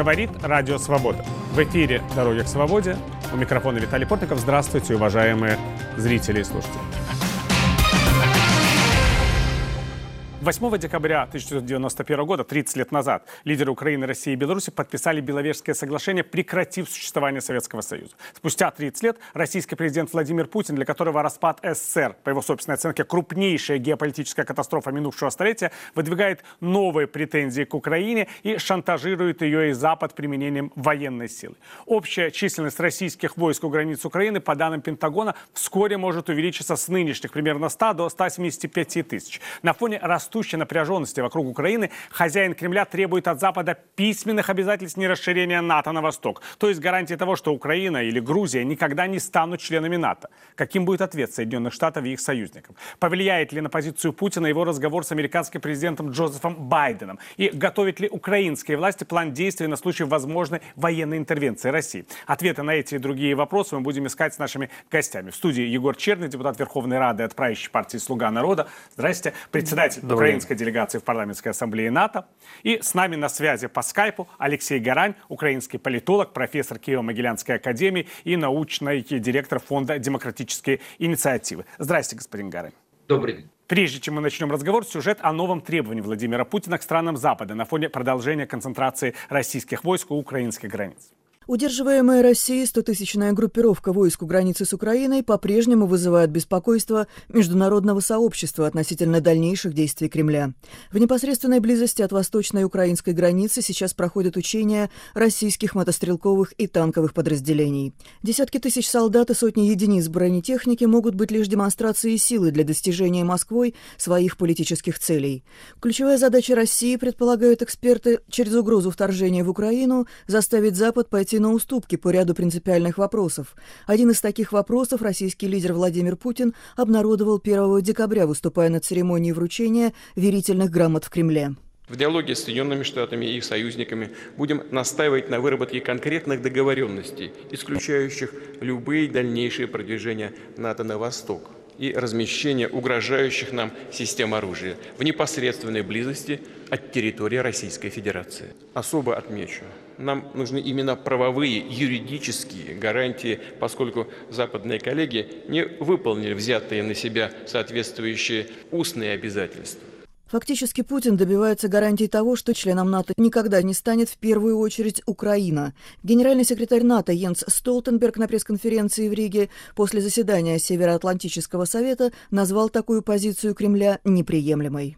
Говорит Радио Свобода. В эфире «Дороги к свободе». У микрофона Виталий Портников. Здравствуйте, уважаемые зрители и слушатели. 8 декабря 1991 года, 30 лет назад, лидеры Украины, России и Беларуси подписали Беловежское соглашение, прекратив существование Советского Союза. Спустя 30 лет российский президент Владимир Путин, для которого распад СССР, по его собственной оценке, крупнейшая геополитическая катастрофа минувшего столетия, выдвигает новые претензии к Украине и шантажирует ее и Запад применением военной силы. Общая численность российских войск у границ Украины, по данным Пентагона, вскоре может увеличиться с нынешних примерно 100 до 175 тысяч. На фоне растущей напряженности вокруг Украины хозяин Кремля требует от Запада письменных обязательств нерасширения НАТО на восток, то есть гарантии того, что Украина или Грузия никогда не станут членами НАТО. Каким будет ответ Соединенных Штатов и их союзников? Повлияет ли на позицию Путина его разговор с американским президентом Джозефом Байденом? И готовят ли украинские власти план действий на случай возможной военной интервенции России? Ответы на эти и другие вопросы мы будем искать с нашими гостями. В студии Егор Черный, депутат Верховной Рады от правящей партии «Слуга народа». Здрасте. Председатель украинской делегации в парламентской ассамблее НАТО. И с нами на связи по скайпу Алексей Гарань, украинский политолог, профессор Киево-Могилянской академии и научный директор фонда «Демократические инициативы». Здрасте, господин Гарань. Добрый день. Прежде чем мы начнем разговор, сюжет о новом требовании Владимира Путина к странам Запада на фоне продолжения концентрации российских войск у украинских границ. Удерживаемая Россией 100-тысячная группировка войск у границы с Украиной по-прежнему вызывает беспокойство международного сообщества относительно дальнейших действий Кремля. В непосредственной близости от восточной украинской границы сейчас проходят учения российских мотострелковых и танковых подразделений. Десятки тысяч солдат и сотни единиц бронетехники могут быть лишь демонстрацией силы для достижения Москвой своих политических целей. Ключевая задача России, предполагают эксперты, через угрозу вторжения в Украину заставить Запад пойти на уступки по ряду принципиальных вопросов. Один из таких вопросов российский лидер Владимир Путин обнародовал 1 декабря, выступая на церемонии вручения верительных грамот в Кремле. В диалоге с Соединенными Штатами и их союзниками будем настаивать на выработке конкретных договоренностей, исключающих любые дальнейшие продвижения НАТО на восток и размещение угрожающих нам систем оружия в непосредственной близости от территории Российской Федерации. Особо отмечу, нам нужны именно правовые, юридические гарантии, поскольку западные коллеги не выполнили взятые на себя соответствующие устные обязательства. Фактически Путин добивается гарантий того, что членом НАТО никогда не станет в первую очередь Украина. Генеральный секретарь НАТО Йенс Столтенберг на пресс-конференции в Риге после заседания Североатлантического совета назвал такую позицию Кремля неприемлемой.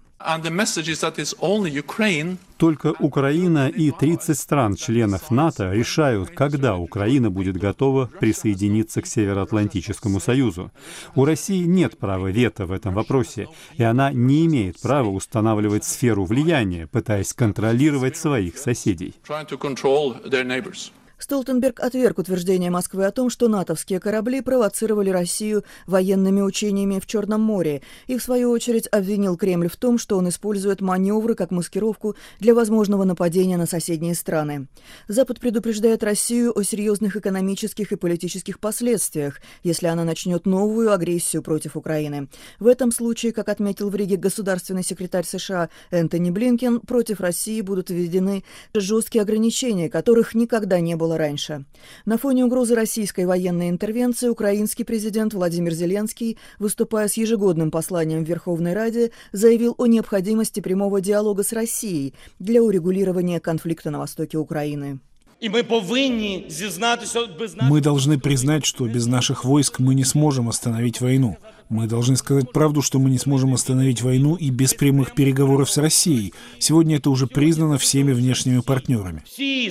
Только Украина и 30 стран-членов НАТО решают, когда Украина будет готова присоединиться к Североатлантическому союзу. У России нет права вето в этом вопросе, и она не имеет права устанавливать сферу влияния, пытаясь контролировать своих соседей. Столтенберг отверг утверждение Москвы о том, что натовские корабли провоцировали Россию военными учениями в Черном море и, в свою очередь, обвинил Кремль в том, что он использует маневры как маскировку для возможного нападения на соседние страны. Запад предупреждает Россию о серьезных экономических и политических последствиях, если она начнет новую агрессию против Украины. В этом случае, как отметил в Риге государственный секретарь США Энтони Блинкен, против России будут введены жесткие ограничения, которых никогда не было раньше. На фоне угрозы российской военной интервенции украинский президент Владимир Зеленский, выступая с ежегодным посланием в Верховной Раде, заявил о необходимости прямого диалога с Россией для урегулирования конфликта на востоке Украины. Мы должны признать, что без наших войск мы не сможем остановить войну. Мы должны сказать правду, что мы не сможем остановить войну и без прямых переговоров с Россией. Сегодня это уже признано всеми внешними партнерами.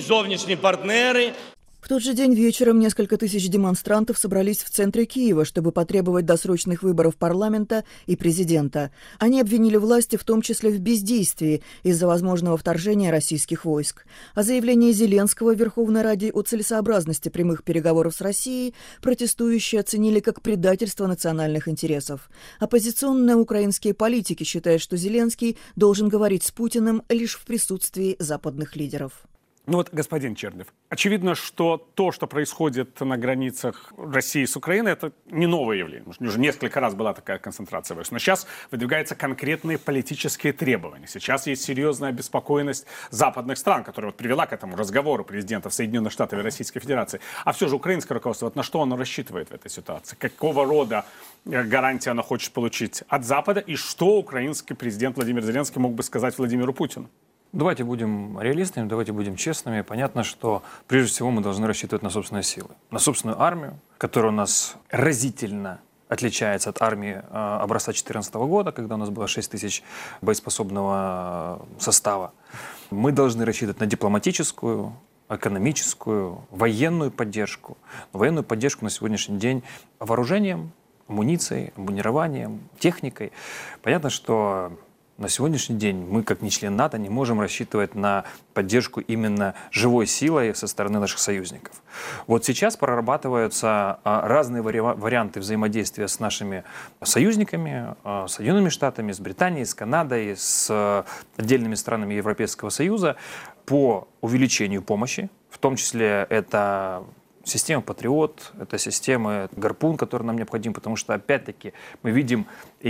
В тот же день вечером несколько тысяч демонстрантов собрались в центре Киева, чтобы потребовать досрочных выборов парламента и президента. Они обвинили власти в том числе в бездействии из-за возможного вторжения российских войск. А заявление Зеленского в Верховной Раде о целесообразности прямых переговоров с Россией протестующие оценили как предательство национальных интересов. Оппозиционные украинские политики считают, что Зеленский должен говорить с Путиным лишь в присутствии западных лидеров. Ну вот, господин Чернев, очевидно, что то, что происходит на границах России с Украиной, это не новое явление. Уже несколько раз была такая концентрация войск. Но сейчас выдвигаются конкретные политические требования. Сейчас есть серьезная обеспокоенность западных стран, которая вот привела к этому разговору президентов Соединенных Штатов и Российской Федерации. А все же украинское руководство, вот на что оно рассчитывает в этой ситуации? Какого рода гарантии оно хочет получить от Запада? И что украинский президент Владимир Зеленский мог бы сказать Владимиру Путину? Давайте будем реалистами, давайте будем честными. Понятно, что прежде всего мы должны рассчитывать на собственные силы. На собственную армию, которая у нас разительно отличается от армии образца 2014 года, когда у нас было 6 тысяч боеспособного состава. Мы должны рассчитывать на дипломатическую, экономическую, военную поддержку. Военную поддержку на сегодняшний день вооружением, амуницией, амунированием, техникой. Понятно, что на сегодняшний день мы, как не член НАТО, не можем рассчитывать на поддержку именно живой силой со стороны наших союзников. Вот сейчас прорабатываются разные варианты взаимодействия с нашими союзниками, с Соединенными Штатами, с Британией, с Канадой, с отдельными странами Европейского Союза по увеличению помощи. В том числе это система «Патриот», это система «Гарпун», которая нам необходима, потому что, опять-таки, мы видим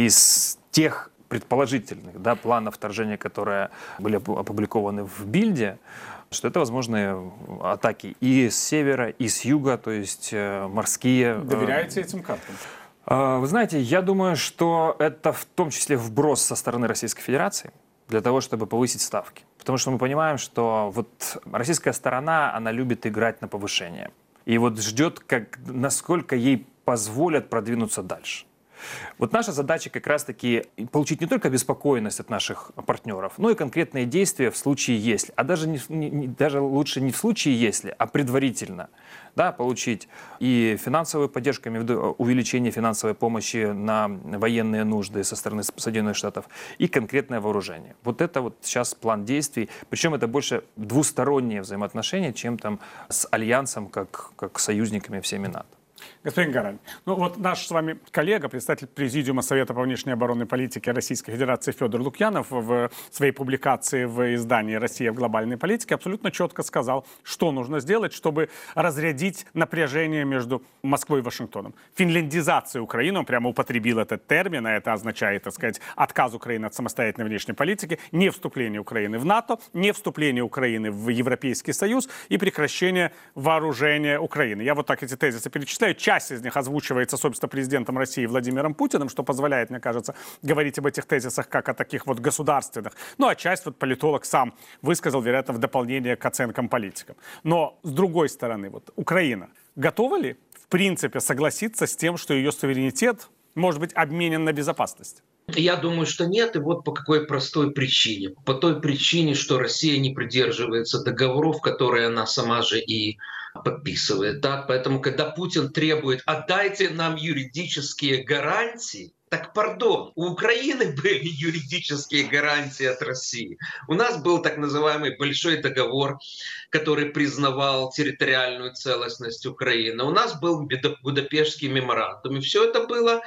из тех предположительных планов вторжения, которые были опубликованы в Бильде, что это возможные атаки и с севера, и с юга, то есть морские. Доверяете этим картам? Вы знаете, я думаю, что это в том числе вброс со стороны Российской Федерации для того, чтобы повысить ставки. Потому что мы понимаем, что вот российская сторона, она любит играть на повышение. И вот ждет, насколько ей позволят продвинуться дальше. Вот наша задача как раз-таки получить не только обеспокоенность от наших партнеров, но и конкретные действия в случае если. А даже лучше не в случае если, а предварительно. Получить и финансовую поддержку, увеличение финансовой помощи на военные нужды со стороны Соединенных Штатов и конкретное вооружение. Вот это вот сейчас план действий. Причем это больше двусторонние взаимоотношения, чем там с альянсом, как союзниками всеми НАТО. Господин Гарань, ну вот наш с вами коллега, представитель Президиума Совета по внешней оборонной политике Российской Федерации Федор Лукьянов в своей публикации в издании «Россия в глобальной политике» абсолютно четко сказал, что нужно сделать, чтобы разрядить напряжение между Москвой и Вашингтоном. Финляндизация Украины, он прямо употребил этот термин, а это означает, так сказать, отказ Украины от самостоятельной внешней политики, не вступление Украины в НАТО, не вступление Украины в Европейский Союз и прекращение вооружения Украины. Я вот так эти тезисы перечисляю. Часть из них озвучивается, собственно, президентом России Владимиром Путиным, что позволяет, мне кажется, говорить об этих тезисах как о таких вот государственных. Ну, а часть вот политолог сам высказал, вероятно, в дополнение к оценкам политикам. Но, с другой стороны, вот Украина готова ли, в принципе, согласиться с тем, что ее суверенитет может быть обменен на безопасность? Я думаю, что нет, и вот по какой простой причине. По той причине, что Россия не придерживается договоров, которые она сама же и подписывает. Поэтому, когда Путин требует «отдайте нам юридические гарантии», так, пардон, у Украины были юридические гарантии от России. У нас был так называемый Большой договор, который признавал территориальную целостность Украины. У нас был Будапештский меморандум. И все это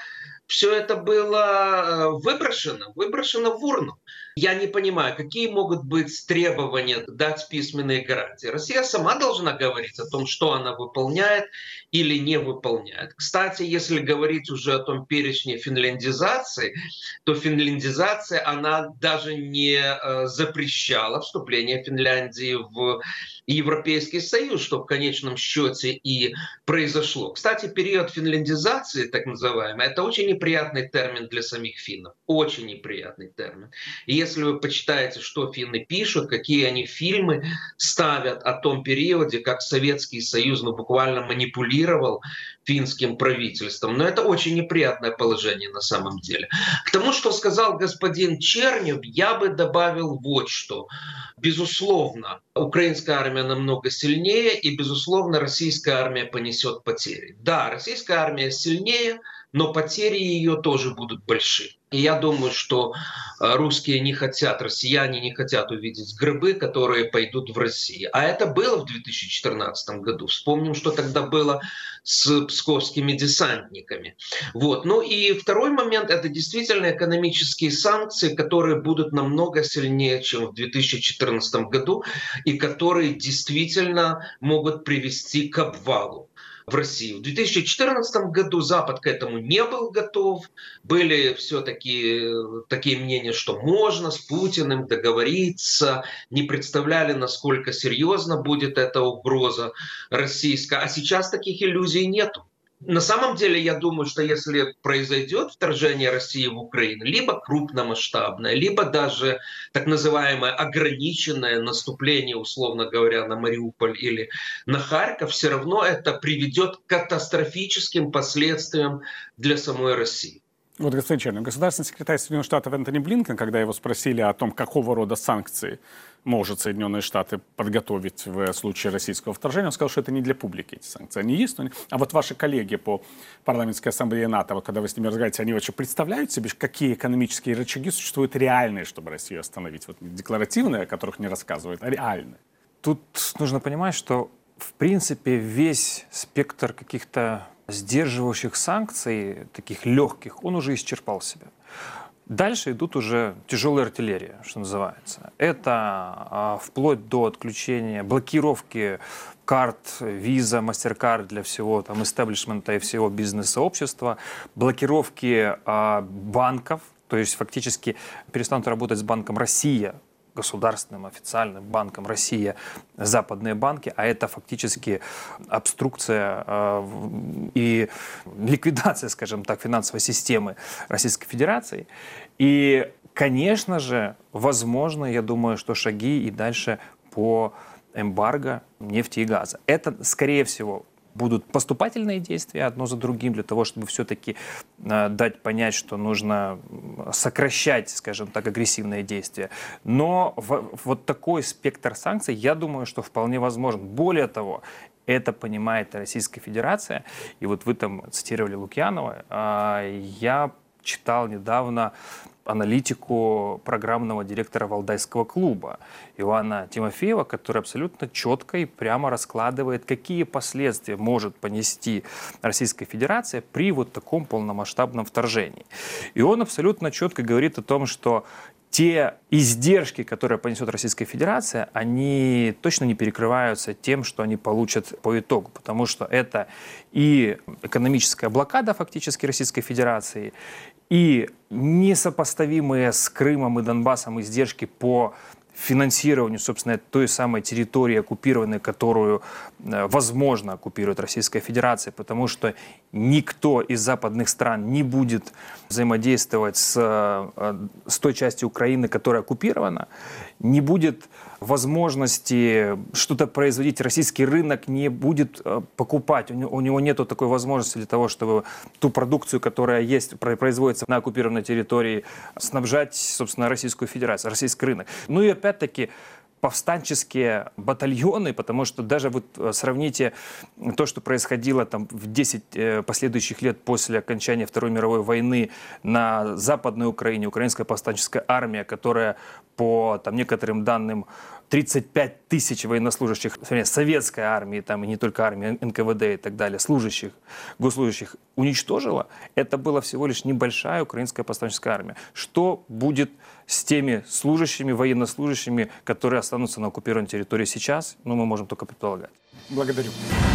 было выброшено в урну. Я не понимаю, какие могут быть требования дать письменные гарантии. Россия сама должна говорить о том, что она выполняет или не выполняет. Кстати, если говорить уже о том перечне финляндизации, то финляндизация, она даже не запрещала вступление Финляндии в Европейский Союз, что в конечном счете и произошло. Кстати, период финляндизации, так называемый, это очень неприятный термин для самих финнов. Очень неприятный термин. И если вы почитаете, что финны пишут, какие они фильмы ставят о том периоде, как Советский Союз буквально манипулировал финским правительством. Но это очень неприятное положение на самом деле. К тому, что сказал господин Чернев, я бы добавил вот что. Безусловно, украинская армия намного сильнее, и, безусловно, российская армия понесет потери. Да, российская армия сильнее, но потери ее тоже будут большие. И я думаю, что русские не хотят, россияне не хотят увидеть гробы, которые пойдут в Россию. А это было в 2014 году. Вспомним, что тогда было с псковскими десантниками. Вот. Ну и второй момент – это действительно экономические санкции, которые будут намного сильнее, чем в 2014 году, и которые действительно могут привести к обвалу в России. В 2014 году Запад к этому не был готов. Были все-таки такие мнения, что можно с Путиным договориться. Не представляли, насколько серьезно будет эта угроза российская. А сейчас таких иллюзий нету. На самом деле, я думаю, что если произойдет вторжение России в Украину, либо крупномасштабное, либо даже так называемое ограниченное наступление, условно говоря, на Мариуполь или на Харьков, все равно это приведет к катастрофическим последствиям для самой России. Вот, господин Чернев, государственный секретарь Соединенных Штатов Энтони Блинкен, когда его спросили о том, какого рода санкции может Соединенные Штаты подготовить в случае российского вторжения, он сказал, что это не для публики, эти санкции. Они есть, но... А вот ваши коллеги по парламентской ассамблее НАТО, вот когда вы с ними разговариваете, они вообще представляют себе, какие экономические рычаги существуют реальные, чтобы Россию остановить? Вот не декларативные, о которых не рассказывают, а реальные. Тут нужно понимать, что в принципе весь спектр каких-то сдерживающих санкций, таких легких, он уже исчерпал себя. Дальше идут уже тяжелая артиллерия, что называется. Это вплоть до отключения, блокировки карт, виза, MasterCard для всего там истеблишмента и всего бизнес-сообщества, блокировки банков, то есть фактически перестанут работать с банком «Россия», государственным официальным банком «Россия», западные банки, а это фактически обструкция и ликвидация, скажем так, финансовой системы Российской Федерации. И, конечно же, возможно, я думаю, что шаги и дальше по эмбарго нефти и газа. Это, скорее всего, будут поступательные действия одно за другим для того, чтобы все-таки дать понять, что нужно сокращать, скажем так, агрессивные действия. Но вот такой спектр санкций, я думаю, что вполне возможен. Более того, это понимает Российская Федерация. И вот вы там цитировали Лукьянова. Я читал недавно аналитику программного директора Валдайского клуба Ивана Тимофеева, который абсолютно четко и прямо раскладывает, какие последствия может понести Российская Федерация при вот таком полномасштабном вторжении. И он абсолютно четко говорит о том, что те издержки, которые понесет Российская Федерация, они точно не перекрываются тем, что они получат по итогу, потому что это и экономическая блокада фактически Российской Федерации, и несопоставимые с Крымом и Донбассом издержки по финансированию, собственно, той самой территории оккупированной, которую, возможно, оккупирует Российская Федерация, потому что никто из западных стран не будет взаимодействовать с той частью Украины, которая оккупирована, не будет возможности что-то производить, российский рынок не будет покупать, у него нет такой возможности для того, чтобы ту продукцию, которая есть, производится на оккупированной территории, снабжать, собственно, Российскую Федерацию, российский рынок. Ну и опять-таки повстанческие батальоны, потому что даже вот сравните то, что происходило там в 10 последующих лет после окончания Второй мировой войны на Западной Украине, украинская повстанческая армия, которая по там, некоторым данным 35 тысяч военнослужащих советской армии, там, и не только армии, НКВД и так далее, служащих, госслужащих уничтожила, это была всего лишь небольшая украинская повстанческая армия. Что будет с теми служащими, военнослужащими, которые останутся на оккупированной территории сейчас, ну, мы можем только предполагать. Благодарю.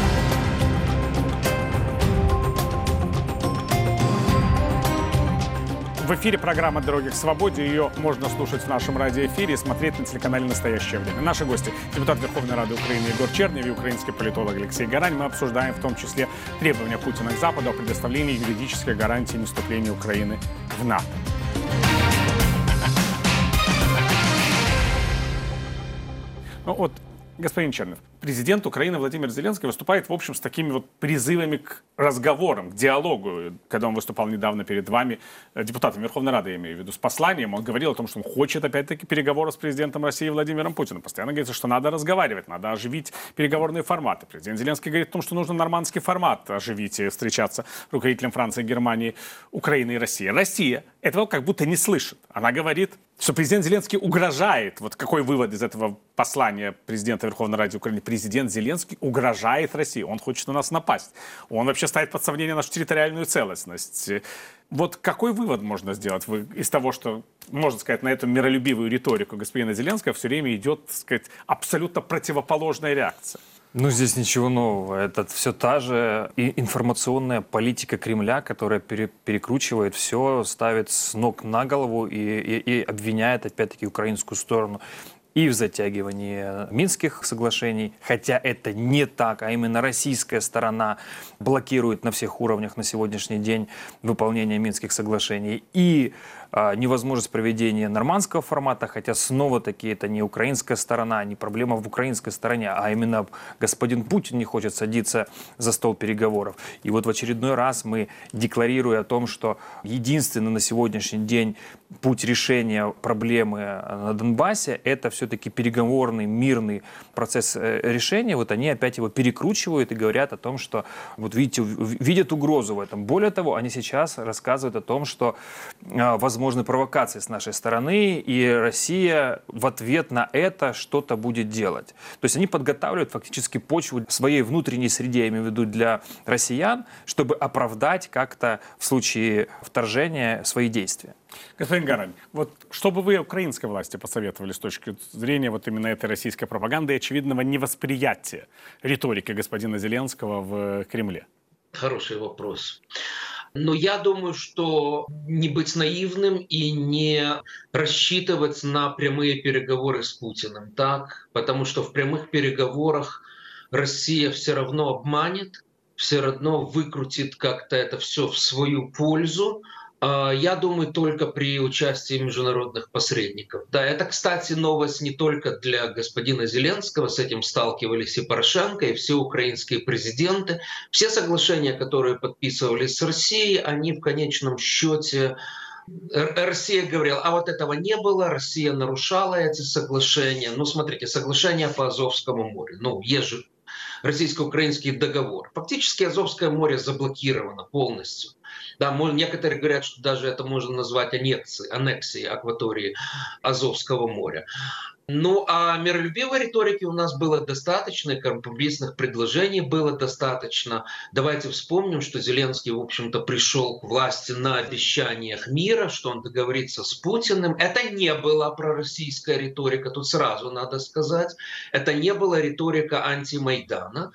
В эфире программа «Дороги к свободе». Ее можно слушать в нашем радиоэфире и смотреть на телеканале «Настоящее время». Наши гости – депутат Верховной Рады Украины Егор Чернев и украинский политолог Алексей Горань. Мы обсуждаем в том числе требования Путина к Западу о предоставлении юридической гарантии невступления Украины в НАТО. Ну вот Господин Чернев, президент Украины Владимир Зеленский выступает, в общем, с такими вот призывами к разговорам, к диалогу. Когда он выступал недавно перед вами, депутатом Верховной Рады, я имею в виду, с посланием, он говорил о том, что он хочет, опять-таки, переговоров с президентом России Владимиром Путиным. Постоянно говорится, что надо разговаривать, надо оживить переговорные форматы. Президент Зеленский говорит о том, что нужно нормандский формат оживить и встречаться руководителям Франции, Германии, Украины и России. Россия этого как будто не слышит. Она говорит, что президент Зеленский угрожает. Вот какой вывод из этого послания президента Верховной Рады Украины? Президент Зеленский угрожает России. Он хочет на нас напасть. Он вообще ставит под сомнение нашу территориальную целостность. Вот какой вывод можно сделать из того, что, можно сказать, на эту миролюбивую риторику господина Зеленского все время идет, так сказать, абсолютно противоположная реакция? Ну, здесь ничего нового. Это все та же информационная политика Кремля, которая перекручивает все, ставит с ног на голову и обвиняет, опять-таки, украинскую сторону и в затягивании Минских соглашений, хотя это не так, а именно российская сторона блокирует на всех уровнях на сегодняшний день выполнение Минских соглашений, и невозможность проведения нормандского формата, хотя снова-таки это не украинская сторона, не проблема в украинской стороне, а именно господин Путин не хочет садиться за стол переговоров. И вот в очередной раз мы, декларируя о том, что единственный на сегодняшний день путь решения проблемы на Донбассе — это все-таки переговорный, мирный процесс решения, вот они опять его перекручивают и говорят о том, что, вот видите, видят угрозу в этом. Более того, они сейчас рассказывают о том, что возможны провокации с нашей стороны, и Россия в ответ на это что-то будет делать. То есть они подготавливают фактически почву в своей внутренней среде, я имею в виду для россиян, чтобы оправдать как-то в случае вторжения свои действия. Господин Гарань, вот что бы вы украинской власти посоветовали с точки зрения вот именно этой российской пропаганды и очевидного невосприятия риторики господина Зеленского в Кремле? Хороший вопрос. Но я думаю, что не быть наивным и не рассчитывать на прямые переговоры с Путиным, так? Потому что в прямых переговорах Россия все равно обманет, все равно выкрутит как-то это все в свою пользу. Я думаю, только при участии международных посредников. Да, это, кстати, новость не только для господина Зеленского, с этим сталкивались и Порошенко, и все украинские президенты. Все соглашения, которые подписывались с Россией, они в конечном счете... Россия говорила, а вот этого не было, Россия нарушала эти соглашения. Ну, смотрите, соглашения по Азовскому морю. Ну, есть же российско-украинский договор. Фактически Азовское море заблокировано полностью. Да, некоторые говорят, что даже это можно назвать аннексией акватории Азовского моря. Ну, а миролюбивой риторики у нас было достаточно, компромиссных предложений было достаточно. Давайте вспомним, что Зеленский, в общем-то, пришел к власти на обещаниях мира, что он договорится с Путиным. Это не была пророссийская риторика, тут сразу надо сказать. Это не была риторика антимайдана,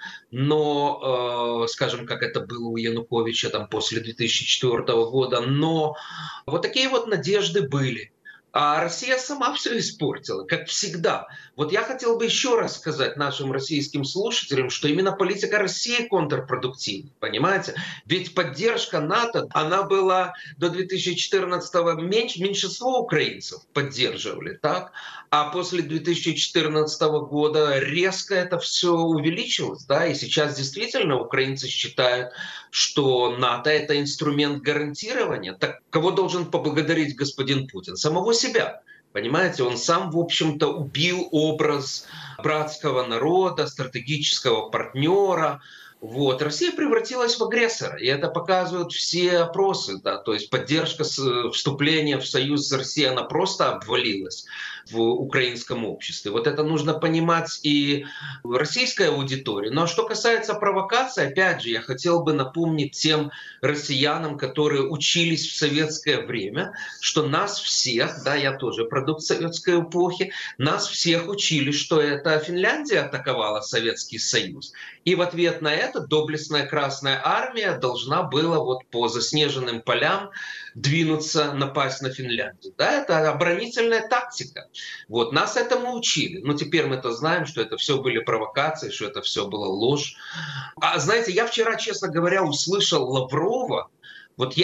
но, скажем, как это было у Януковича там, после 2004 года, но вот такие вот надежды были. А Россия сама все испортила, как всегда. Вот я хотел бы еще раз сказать нашим российским слушателям, что именно политика России контрпродуктивна, понимаете? Ведь поддержка НАТО, она была до 2014-го, меньшинство украинцев поддерживали, так? А после 2014 года резко это все увеличилось, да? И сейчас действительно украинцы считают, что НАТО — это инструмент гарантирования. Так кого должен поблагодарить господин Путин? Самого себя. Понимаете, он сам, в общем-то, убил образ братского народа, стратегического партнера. Вот. Россия превратилась в агрессора, и это показывают все опросы. Да? То есть поддержка вступления в союз с Россией, она просто обвалилась в украинском обществе. Вот это нужно понимать и российской аудитории. Ну а что касается провокаций, опять же, я хотел бы напомнить тем россиянам, которые учились в советское время, что нас всех, да, я тоже продукт советской эпохи, нас всех учили, что это Финляндия атаковала Советский Союз. И в ответ на это доблестная Красная Армия должна была вот по заснеженным полям двинуться, напасть на Финляндию. Да, это оборонительная тактика. Вот, нас этому учили. Но теперь мы-то знаем, что это все были провокации, что это все была ложь. А знаете, я вчера, честно говоря, услышал Лаврова. Вот я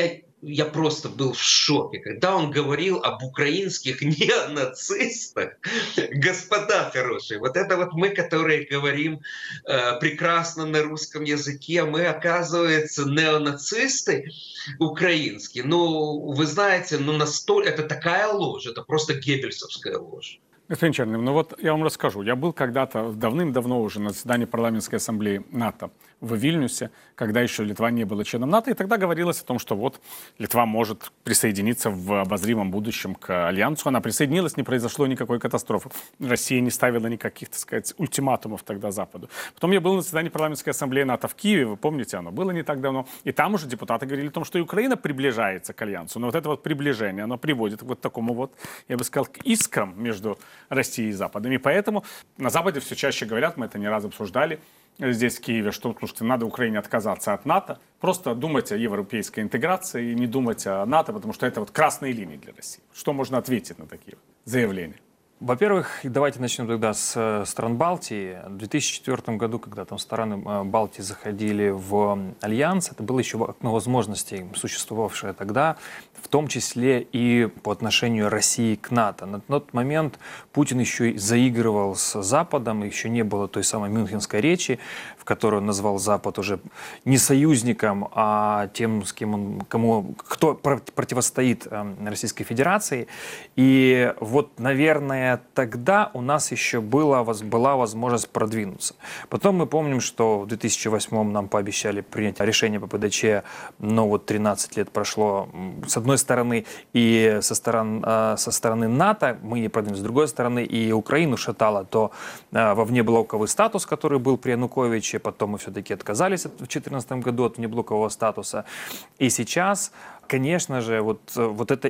я просто был в шоке, когда он говорил об украинских неонацистах. Господа хорошие, вот это вот мы, которые говорим прекрасно на русском языке, мы, оказывается, неонацисты украинские. Ну, вы знаете, ну, настолько это такая ложь, это просто геббельсовская ложь. Господин Черный, ну вот я вам расскажу. Я был когда-то давным-давно уже на заседании парламентской ассамблеи НАТО в Вильнюсе, когда еще Литва не была членом НАТО, и тогда говорилось о том, что вот Литва может присоединиться в обозримом будущем к Альянсу. Она присоединилась, не произошло никакой катастрофы. Россия не ставила никаких, так сказать, ультиматумов тогда Западу. Потом я был на заседании парламентской ассамблеи НАТО в Киеве, вы помните, оно было не так давно, и там уже депутаты говорили о том, что и Украина приближается к Альянсу. Но вот это вот приближение, оно приводит к вот такому вот, я бы сказал, к искрам между Россией и Западом. И поэтому на Западе все чаще говорят, мы это не раз обсуждали здесь, в Киеве, что, слушайте, надо Украине отказаться от НАТО, просто думать о европейской интеграции и не думать о НАТО, потому что это вот красные линии для России. Что можно ответить на такие заявления? Во-первых, давайте начнем тогда с стран Балтии. В 2004 году, когда там страны Балтии заходили в Альянс, это было еще окно возможностей, существовавшее тогда, в том числе и по отношению России к НАТО. На тот момент Путин еще и заигрывал с Западом, еще не было той самой Мюнхенской речи, в которой он назвал Запад уже не союзником, а тем, с кем кто противостоит Российской Федерации. И вот, наверное, тогда у нас еще была возможность продвинуться. Потом мы помним, что в 2008 нам пообещали принять решение по ПДЧ, но вот 13 лет прошло с одной стороны, и со стороны НАТО мы не продвинулись, с другой стороны, и Украину шатало то во внеблоковый статус, который был при Януковиче, потом мы все-таки отказались в 2014 году от внеблокового статуса. И сейчас, конечно же, вот это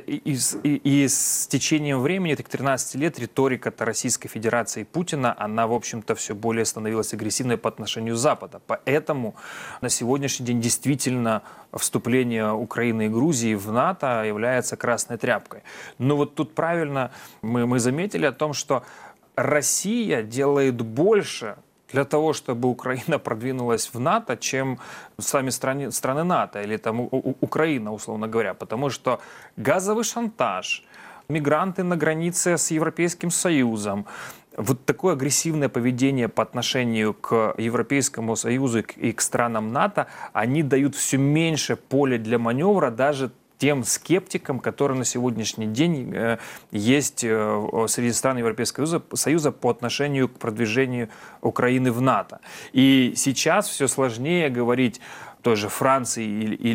и с течением времени, этих 13 лет, риторика Российской Федерации и Путина, она, в общем-то, все более становилась агрессивной по отношению Запада. Поэтому на сегодняшний день действительно вступление Украины и Грузии в НАТО является красной тряпкой. Но вот тут правильно мы заметили о том, что Россия делает больше для того, чтобы Украина продвинулась в НАТО, чем сами страны НАТО или там Украина, условно говоря. Потому что газовый шантаж, мигранты на границе с Европейским Союзом, вот такое агрессивное поведение по отношению к Европейскому Союзу и к странам НАТО, они дают все меньше поля для маневра даже тем скептикам, которые на сегодняшний день есть среди стран Европейского Союза по отношению к продвижению Украины в НАТО. И сейчас все сложнее говорить той же Франции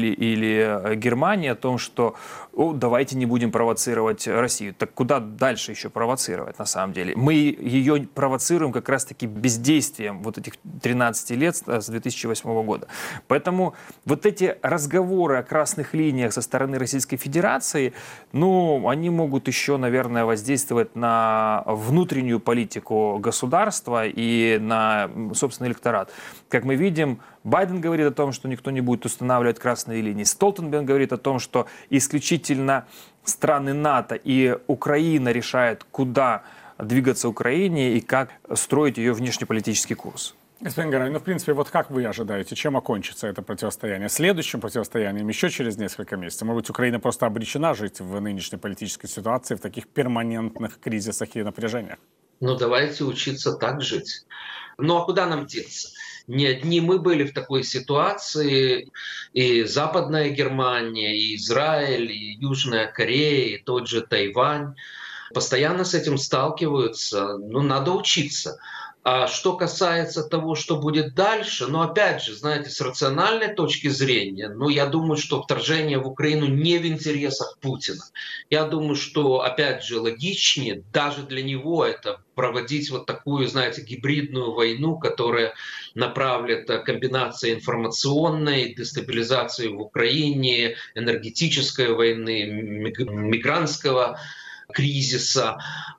или Германии о том, что давайте не будем провоцировать Россию. Так куда дальше еще провоцировать на самом деле? Мы ее провоцируем как раз-таки бездействием вот этих 13 лет с 2008 года. Поэтому вот эти разговоры о красных линиях со стороны Российской Федерации, они могут еще, наверное, воздействовать на внутреннюю политику государства и на собственный электорат. Как мы видим, Байден говорит о том, что никто не будет устанавливать красные линии. Столтенберг говорит о том, что исключительно страны НАТО и Украина решают, куда двигаться Украине и как строить ее внешнеполитический курс. Господин Гарань, в принципе, вот как вы ожидаете, чем окончится это противостояние? Следующим противостоянием еще через несколько месяцев? Может быть, Украина просто обречена жить в нынешней политической ситуации, в таких перманентных кризисах и напряжениях? Давайте учиться так жить. А куда нам деться? Не одни мы были в такой ситуации, и Западная Германия, и Израиль, и Южная Корея, и тот же Тайвань постоянно с этим сталкиваются. Надо учиться. А что касается того, что будет дальше, опять же, знаете, с рациональной точки зрения, я думаю, что вторжение в Украину не в интересах Путина. Я думаю, что, опять же, логичнее даже для него это проводить вот такую, знаете, гибридную войну, которая направит комбинации информационной, дестабилизации в Украине, энергетической войны, мигрантского кризиса.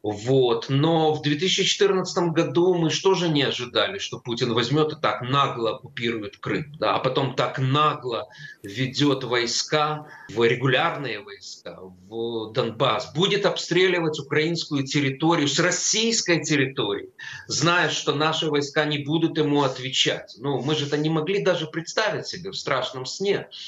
Но в 2014 году мы что же не ожидали, что Путин возьмет и так нагло оккупирует Крым, а потом так нагло ведет войска, регулярные войска в Донбасс, будет обстреливать украинскую территорию с российской территории, зная, что наши войска не будут ему отвечать. Мы же это не могли даже представить себе в страшном сне.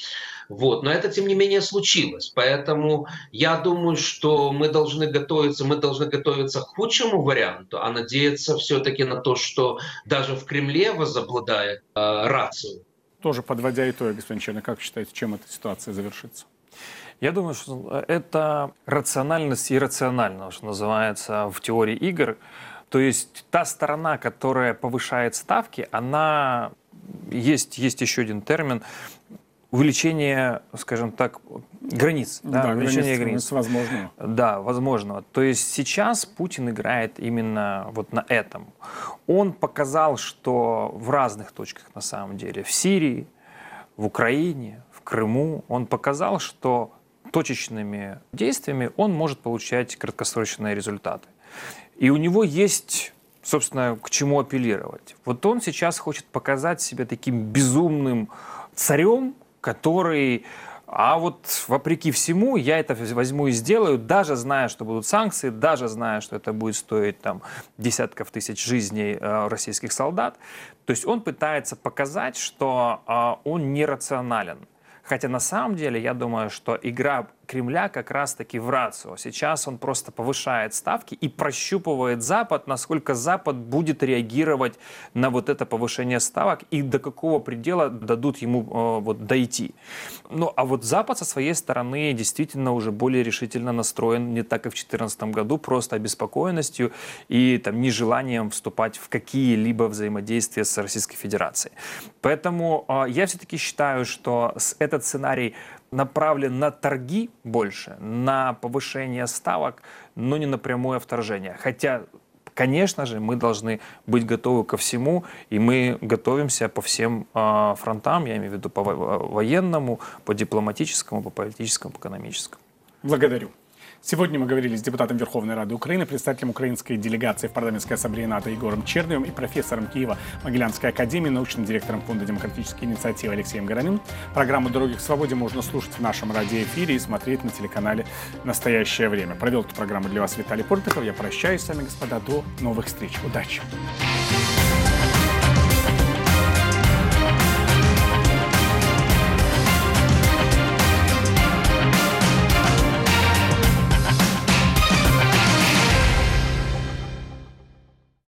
Вот. Но это, тем не менее, случилось. Поэтому я думаю, что мы должны готовиться к худшему варианту, а надеяться все-таки на то, что даже в Кремле возобладает рацию. Тоже подводя итоги, господин Черный, как считаете, чем эта ситуация завершится? Я думаю, что это рациональность иррационального, что называется в теории игр. То есть та сторона, которая повышает ставки, она... Есть еще один термин — увеличение, скажем так, границ. Да, увеличение границ. Возможного. Да, возможного. То есть сейчас Путин играет именно вот на этом. Он показал, что в разных точках на самом деле, в Сирии, в Украине, в Крыму, он показал, что точечными действиями он может получать краткосрочные результаты. И у него есть, собственно, к чему апеллировать. Вот он сейчас хочет показать себя таким безумным царем, который, а вот вопреки всему, я это возьму и сделаю, даже зная, что будут санкции, даже зная, что это будет стоить там десятков тысяч жизней российских солдат. То есть он пытается показать, что он нерационален. Хотя на самом деле я думаю, что игра Кремля как раз-таки в рацио. Сейчас он просто повышает ставки и прощупывает Запад, насколько Запад будет реагировать на вот это повышение ставок и до какого предела дадут ему вот дойти. Ну, а вот Запад со своей стороны действительно уже более решительно настроен, не так, как в 2014 году, просто обеспокоенностью и там нежеланием вступать в какие-либо взаимодействия с Российской Федерацией. Поэтому я все-таки считаю, что этот сценарий направлен на торги больше, на повышение ставок, но не на прямое вторжение. Хотя, конечно же, мы должны быть готовы ко всему, и мы готовимся по всем фронтам, я имею в виду по военному, по дипломатическому, по политическому, по экономическому. Благодарю. Сегодня мы говорили с депутатом Верховной Рады Украины, представителем украинской делегации в парламентской ассамблее НАТО Егором Черневым и профессором Киево-Могилянской академии, научным директором Фонда демократические инициативы Алексеем Горанин. Программу «Дороги к свободе» можно слушать в нашем радиоэфире и смотреть на телеканале «Настоящее время». Провел эту программу для вас Виталий Портников. Я прощаюсь с вами, господа. До новых встреч. Удачи!